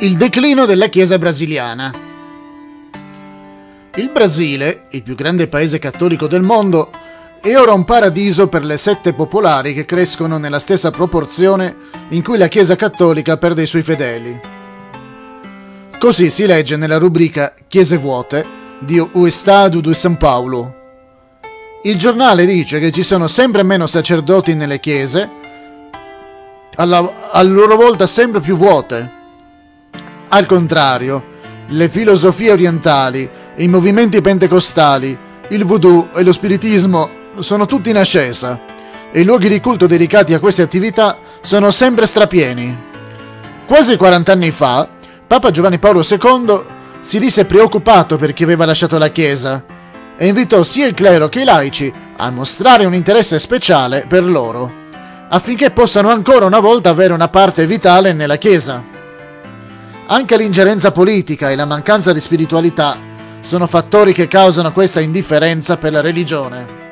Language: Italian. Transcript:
Il declino della Chiesa brasiliana. Il Brasile, il più grande paese cattolico del mondo, è ora un paradiso per le sette popolari che crescono nella stessa proporzione in cui la Chiesa cattolica perde i suoi fedeli. Così si legge nella rubrica Chiese vuote di O Estado do São Paulo. Il giornale dice che ci sono sempre meno sacerdoti nelle chiese, a loro volta sempre più vuote. Al contrario, le filosofie orientali, i movimenti pentecostali, il voodoo e lo spiritismo sono tutti in ascesa e i luoghi di culto dedicati a queste attività sono sempre strapieni. Quasi 40 anni fa, Papa Giovanni Paolo II si disse preoccupato per chi aveva lasciato la Chiesa e invitò sia il clero che i laici a mostrare un interesse speciale per loro, affinché possano ancora una volta avere una parte vitale nella Chiesa. Anche l'ingerenza politica e la mancanza di spiritualità sono fattori che causano questa indifferenza per la religione.